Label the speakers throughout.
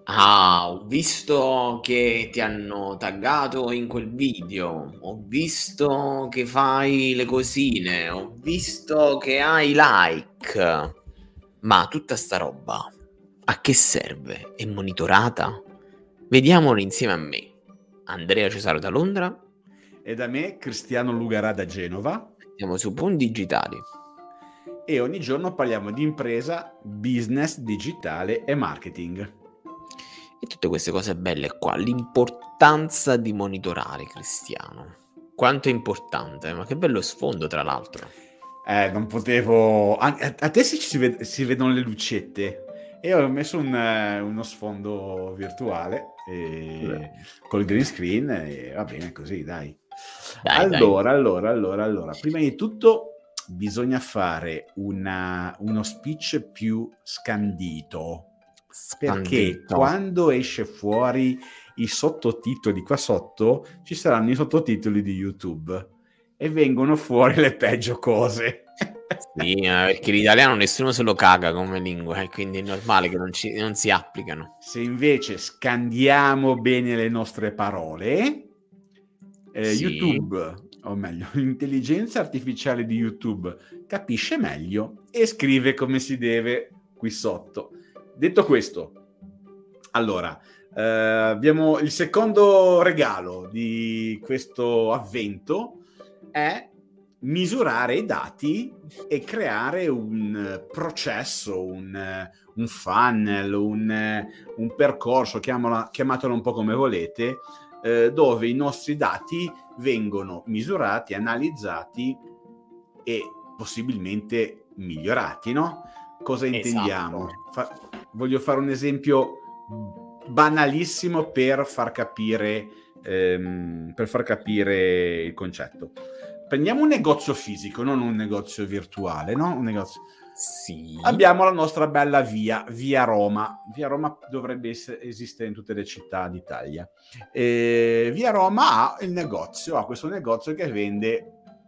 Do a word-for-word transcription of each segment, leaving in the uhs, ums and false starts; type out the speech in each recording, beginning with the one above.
Speaker 1: Ah, ho visto che ti hanno taggato in quel video, ho visto che fai le cosine, ho visto che hai like. Ma tutta sta roba a che serve? È monitorata? Vediamolo insieme a me. Andrea Cesaro da Londra.
Speaker 2: E da me Cristiano Lugarà da Genova.
Speaker 1: Siamo su Buon Digitali.
Speaker 2: E ogni giorno parliamo di impresa, business, digitale e marketing.
Speaker 1: E tutte queste cose belle qua, l'importanza di monitorare, Cristiano. Quanto è importante, ma che bello sfondo tra l'altro.
Speaker 2: Eh, non potevo... A, a te si, si, ved- si vedono le lucette. E ho messo un, eh, uno sfondo virtuale e... col green screen e va bene così, dai.
Speaker 1: Dai,
Speaker 2: allora,
Speaker 1: dai.
Speaker 2: allora, allora, allora. Prima di tutto bisogna fare una, uno speech più scandito. Perché
Speaker 1: Scandito.
Speaker 2: quando esce fuori i sottotitoli qua sotto, ci saranno i sottotitoli di YouTube e vengono fuori le peggio cose.
Speaker 1: Sì, perché l'italiano nessuno se lo caga come lingua e quindi è normale che non, ci, non si applicano.
Speaker 2: Se invece scandiamo bene le nostre parole, eh,
Speaker 1: Sì.
Speaker 2: YouTube, o meglio, l'intelligenza artificiale di YouTube capisce meglio e scrive come si deve qui sotto. Detto questo, allora, eh, abbiamo il secondo regalo di questo avvento è misurare i dati e creare un processo, un, un funnel, un, un percorso, chiamala, chiamatelo un po' come volete, eh, dove i nostri dati vengono misurati, analizzati e possibilmente migliorati, no? Cosa intendiamo?
Speaker 1: Esatto.
Speaker 2: Fa- voglio fare un esempio banalissimo per far capire ehm, per far capire il concetto. Prendiamo un negozio fisico, non un negozio virtuale, no? Un negozio.
Speaker 1: Sì.
Speaker 2: Abbiamo la nostra bella via, via Roma. Via Roma dovrebbe essere, esistere in tutte le città d'Italia. E via Roma ha il negozio, ha questo negozio che vende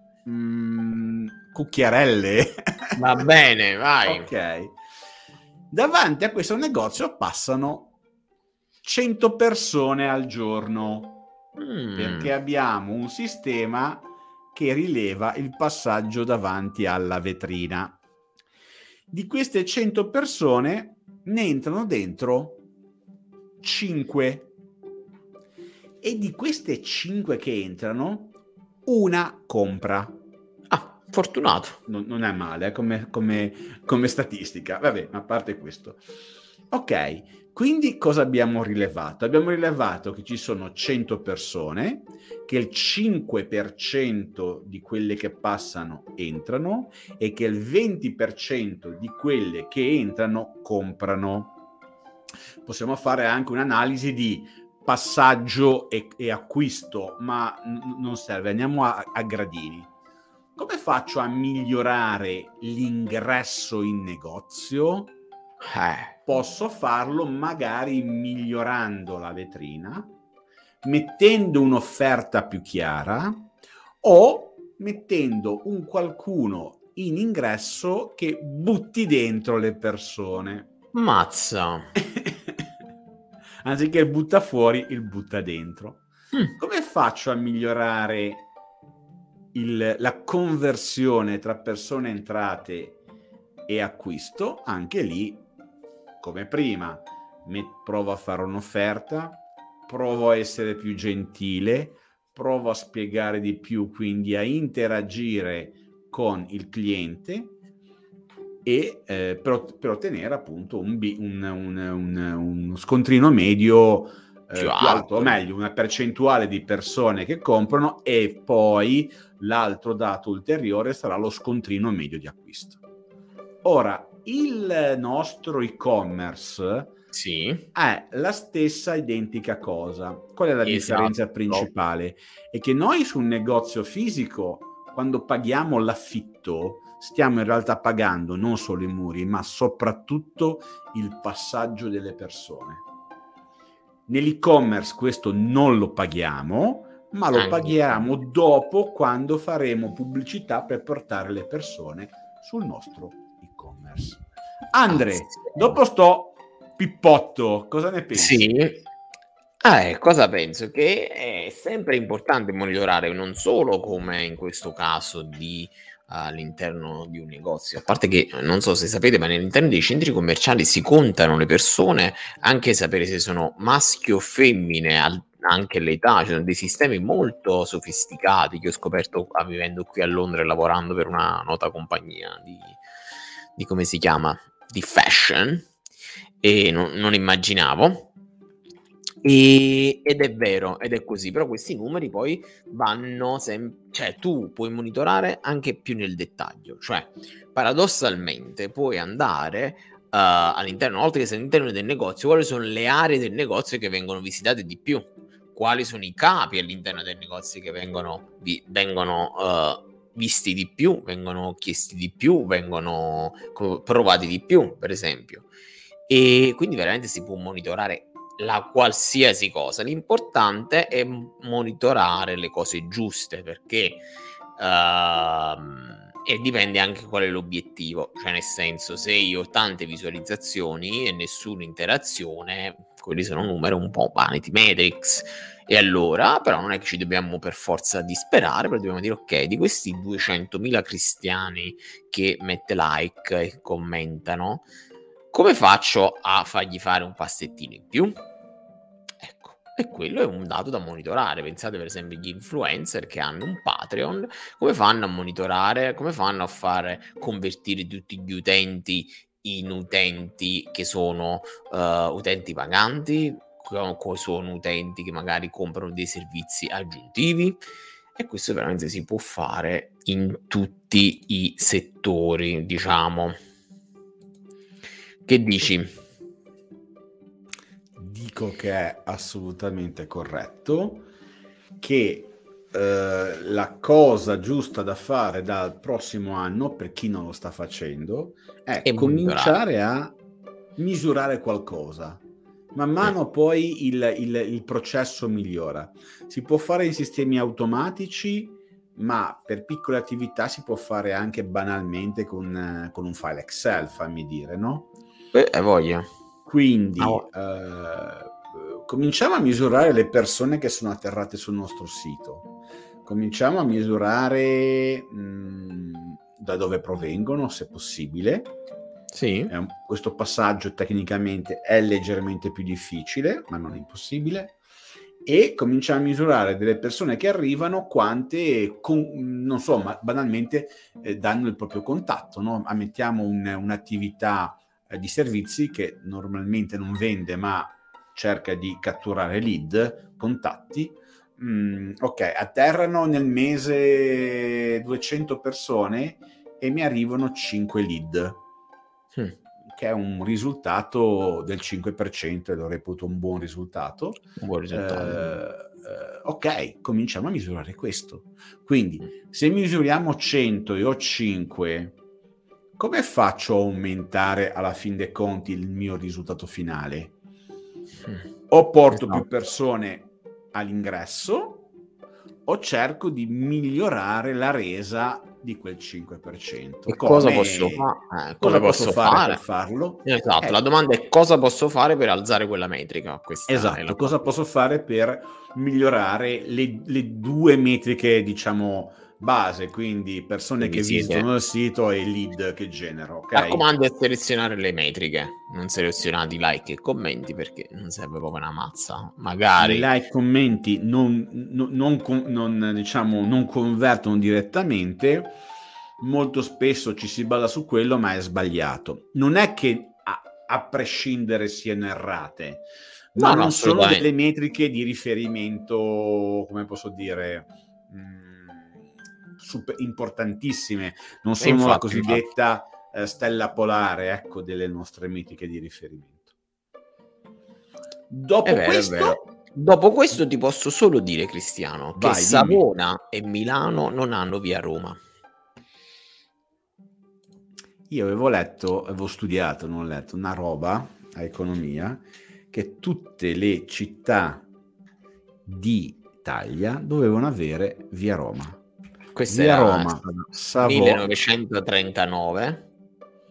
Speaker 2: mm, cucchiarelle.
Speaker 1: Va bene, vai.
Speaker 2: Ok. Davanti a questo negozio passano cento persone al giorno
Speaker 1: Mm.
Speaker 2: perché abbiamo un sistema che rileva il passaggio davanti alla vetrina. Di queste cento persone ne entrano dentro cinque e di queste cinque che entrano una compra.
Speaker 1: Ah, fortunato.
Speaker 2: Non, non è male eh, come, come, come statistica. Vabbè, a parte questo. Ok, quindi cosa abbiamo rilevato? Abbiamo rilevato che ci sono cento persone, che il cinque per cento di quelle che passano entrano e che il venti per cento di quelle che entrano comprano. Possiamo fare anche un'analisi di passaggio e, e acquisto, ma n- non serve, andiamo a, a gradini. Come faccio a migliorare l'ingresso in negozio?
Speaker 1: Eh.
Speaker 2: Posso farlo magari migliorando la vetrina, mettendo un'offerta più chiara o mettendo un qualcuno in ingresso che butti dentro le persone.
Speaker 1: Mazza.
Speaker 2: Anziché il butta fuori, il butta dentro.
Speaker 1: Mm.
Speaker 2: Come faccio a migliorare il, la conversione tra persone entrate e acquisto? Anche lì, come prima, met- provo a fare un'offerta, provo a essere più gentile, provo a spiegare di più, quindi a interagire con il cliente e eh, per, per ottenere appunto un, un, un, un, uno scontrino medio eh,
Speaker 1: Più
Speaker 2: più alto, o
Speaker 1: alto.
Speaker 2: meglio, una percentuale di persone che comprano e poi l'altro dato ulteriore sarà lo scontrino medio di acquisto. Ora, il nostro e-commerce
Speaker 1: Sì.
Speaker 2: è la stessa identica cosa. Qual è la differenza
Speaker 1: Esatto.
Speaker 2: principale? È che noi su un negozio fisico, quando paghiamo l'affitto, stiamo in realtà pagando non solo i muri, ma soprattutto il passaggio delle persone. Nell'e-commerce questo non lo paghiamo, ma lo
Speaker 1: Anche
Speaker 2: paghiamo dopo, quando faremo pubblicità per portare le persone sul nostro e-commerce. Andre,
Speaker 1: pazzesco.
Speaker 2: dopo sto Pippotto, cosa ne pensi?
Speaker 1: Sì. Ah, eh, cosa penso? Che è sempre importante monitorare non solo come in questo caso di all'interno di un negozio, a parte che non so se sapete, ma all'interno dei centri commerciali si contano le persone, anche sapere se sono maschi o femmine, al- anche l'età, ci sono dei sistemi molto sofisticati che ho scoperto ah, vivendo qui a Londra e lavorando per una nota compagnia di, di come si chiama? Di fashion, e non, non immaginavo. E, ed è vero, ed è così, però questi numeri poi vanno sempre, cioè tu puoi monitorare anche più nel dettaglio, cioè paradossalmente puoi andare uh, all'interno, oltre che all'interno del negozio, quali sono le aree del negozio che vengono visitate di più, quali sono i capi all'interno del negozio che vengono, vi, vengono uh, visti di più, vengono chiesti di più, vengono co- provati di più, per esempio. E quindi veramente si può monitorare la qualsiasi cosa. L'importante è monitorare le cose giuste, perché uh, e dipende anche qual è l'obiettivo, cioè nel senso, se io ho tante visualizzazioni e nessuna interazione, quelli sono numeri un po' vanity metrics, e allora però non è che ci dobbiamo per forza disperare, però dobbiamo dire ok, di questi duecentomila cristiani che mette like e commentano, come faccio a fargli fare un passettino in più? Ecco, e quello è un dato da monitorare. Pensate per esempio agli influencer che hanno un Patreon, come fanno a monitorare, come fanno a fare convertire tutti gli utenti in utenti che sono uh, utenti paganti, co- sono utenti che magari comprano dei servizi aggiuntivi, e questo veramente si può fare in tutti i settori, diciamo. Che dici?
Speaker 2: Dico che è assolutamente corretto, che eh, la cosa giusta da fare dal prossimo anno, per chi non lo sta facendo, è
Speaker 1: E
Speaker 2: cominciare a misurare qualcosa. Man mano poi il, il, il processo migliora. Si può fare in sistemi automatici, ma per piccole attività si può fare anche banalmente con, con un file Excel, fammi dire, no?
Speaker 1: Eh, hai voglia.
Speaker 2: Quindi
Speaker 1: Oh.
Speaker 2: eh, cominciamo a misurare le persone che sono atterrate sul nostro sito, cominciamo a misurare mh, da dove provengono, se possibile.
Speaker 1: Sì.
Speaker 2: Eh, questo passaggio tecnicamente è leggermente più difficile, ma non impossibile. E cominciamo a misurare delle persone che arrivano, quante, con, non so, ma banalmente eh, danno il proprio contatto, no? Ammettiamo un, un'attività eh, di servizi che normalmente non vende, ma cerca di catturare lead, contatti. Mm, ok, atterrano nel mese duecento persone e mi arrivano cinque lead. Hmm. Che è un risultato del cinque per cento, e lo reputo un buon risultato.
Speaker 1: Un buon risultato.
Speaker 2: Eh, eh, ok, cominciamo a misurare questo. Quindi, se misuriamo cento e ho cinque, come faccio a aumentare alla fin dei conti il mio risultato finale? O porto esatto. più persone all'ingresso, o cerco di migliorare la resa di quel cinque per cento.
Speaker 1: E
Speaker 2: come,
Speaker 1: cosa posso, fa- eh,
Speaker 2: cosa
Speaker 1: posso
Speaker 2: posso fare,
Speaker 1: fare
Speaker 2: per farlo?
Speaker 1: Esatto,
Speaker 2: Eh,
Speaker 1: la domanda è cosa posso fare per alzare quella metrica. Questa
Speaker 2: esatto,
Speaker 1: è la
Speaker 2: cosa posso fare per migliorare le, le due metriche, diciamo, base, quindi persone
Speaker 1: Quindi
Speaker 2: che
Speaker 1: siete...
Speaker 2: visitano il sito e lead che genero. Okay?
Speaker 1: Raccomando è selezionare le metriche, non selezionate i like e commenti, perché non serve proprio una mazza. Magari
Speaker 2: i like, commenti non, non, non, non, diciamo, non convertono direttamente. Molto spesso ci si basa su quello, ma è sbagliato. Non è che a, a prescindere siano errate, ma no, non sono delle metriche di riferimento, come posso dire, mh, super importantissime. Non sono infatti, la cosiddetta eh, stella polare, ecco, delle nostre metriche di riferimento. Dopo
Speaker 1: vero,
Speaker 2: questo,
Speaker 1: dopo questo ti posso solo dire, Cristiano,
Speaker 2: vai,
Speaker 1: che Savona dimmi. E Milano non hanno via Roma.
Speaker 2: Io avevo letto, avevo studiato, non ho letto, una roba a economia, che tutte le città d'Italia dovevano avere via Roma.
Speaker 1: Questa
Speaker 2: via
Speaker 1: era
Speaker 2: Roma, Savona,
Speaker 1: millenovecentotrentanove.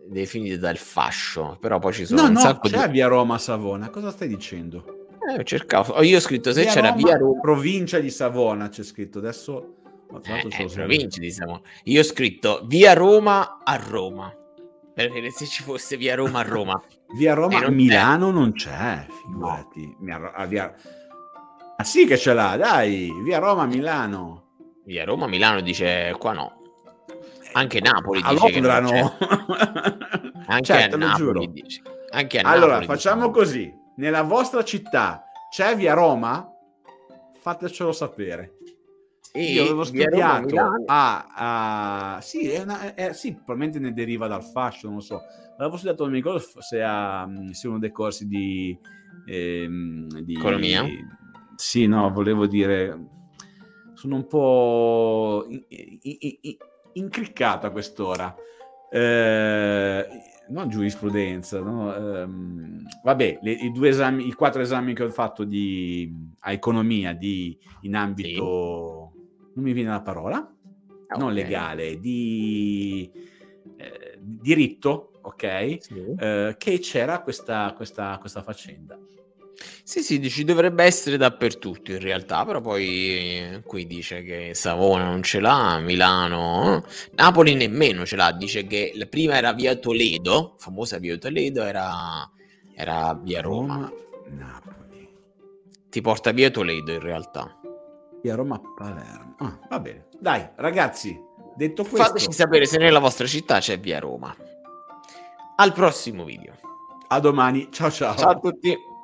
Speaker 1: definite dal fascio, però poi ci sono
Speaker 2: No,
Speaker 1: un
Speaker 2: no,
Speaker 1: sacco
Speaker 2: c'è
Speaker 1: di...
Speaker 2: via Roma a Savona, cosa stai dicendo?
Speaker 1: Eh, cercavo, oh, io ho scritto se
Speaker 2: Via
Speaker 1: c'era
Speaker 2: Roma,
Speaker 1: via Roma,
Speaker 2: provincia di Savona, c'è scritto, adesso oh, tra
Speaker 1: eh,
Speaker 2: l'altro ce
Speaker 1: eh,
Speaker 2: lo segno.
Speaker 1: provincia di Savona. Io ho scritto via Roma a Roma, per vedere se ci fosse via Roma a Roma.
Speaker 2: Via Roma,
Speaker 1: E non c'è.
Speaker 2: Milano non c'è, figurati. Via- ah, via- Ah sì che ce l'ha, dai, via Roma, Milano.
Speaker 1: Via Roma, Milano dice qua no. Anche Napoli
Speaker 2: A
Speaker 1: dice che
Speaker 2: Londra
Speaker 1: non c'è.
Speaker 2: no.
Speaker 1: Anche
Speaker 2: Cioè,
Speaker 1: a
Speaker 2: te lo
Speaker 1: Napoli
Speaker 2: giuro.
Speaker 1: dice. Anche a
Speaker 2: Allora,
Speaker 1: Napoli
Speaker 2: facciamo
Speaker 1: diciamo.
Speaker 2: così. Nella vostra città c'è via Roma? Fatecelo sapere.
Speaker 1: E
Speaker 2: Io avevo
Speaker 1: via Roma,
Speaker 2: studiato
Speaker 1: Milano.
Speaker 2: a, a- sì, è una, è- sì, probabilmente ne deriva dal fascio, non lo so. Avevo studiato, non mi ricordo se a se uno dei corsi di, ehm, di
Speaker 1: Economia.
Speaker 2: sì, no, volevo dire, sono un po' in- in- in- incriccato a quest'ora. Eh, non giurisprudenza, no? Ehm, vabbè, le- i due esami, i quattro esami che ho fatto di, a economia di, in ambito, non mi viene la parola,
Speaker 1: Ah,
Speaker 2: non
Speaker 1: ok.
Speaker 2: legale, di eh, diritto, ok?
Speaker 1: Sì.
Speaker 2: Eh, che c'era questa, questa, questa faccenda.
Speaker 1: Sì, sì, dici dovrebbe essere dappertutto in realtà, però poi eh, qui dice che Savona non ce l'ha, Milano, eh. Napoli nemmeno ce l'ha, dice che la prima era via Toledo, famosa via Toledo, era, era via Roma.
Speaker 2: Roma, Napoli.
Speaker 1: Ti porta via Toledo in realtà.
Speaker 2: Via Roma, Palermo. Ah, va bene. Dai, ragazzi, detto questo...
Speaker 1: Fateci sapere se nella vostra città c'è via Roma. Al prossimo video.
Speaker 2: A domani, ciao ciao.
Speaker 1: Ciao a tutti.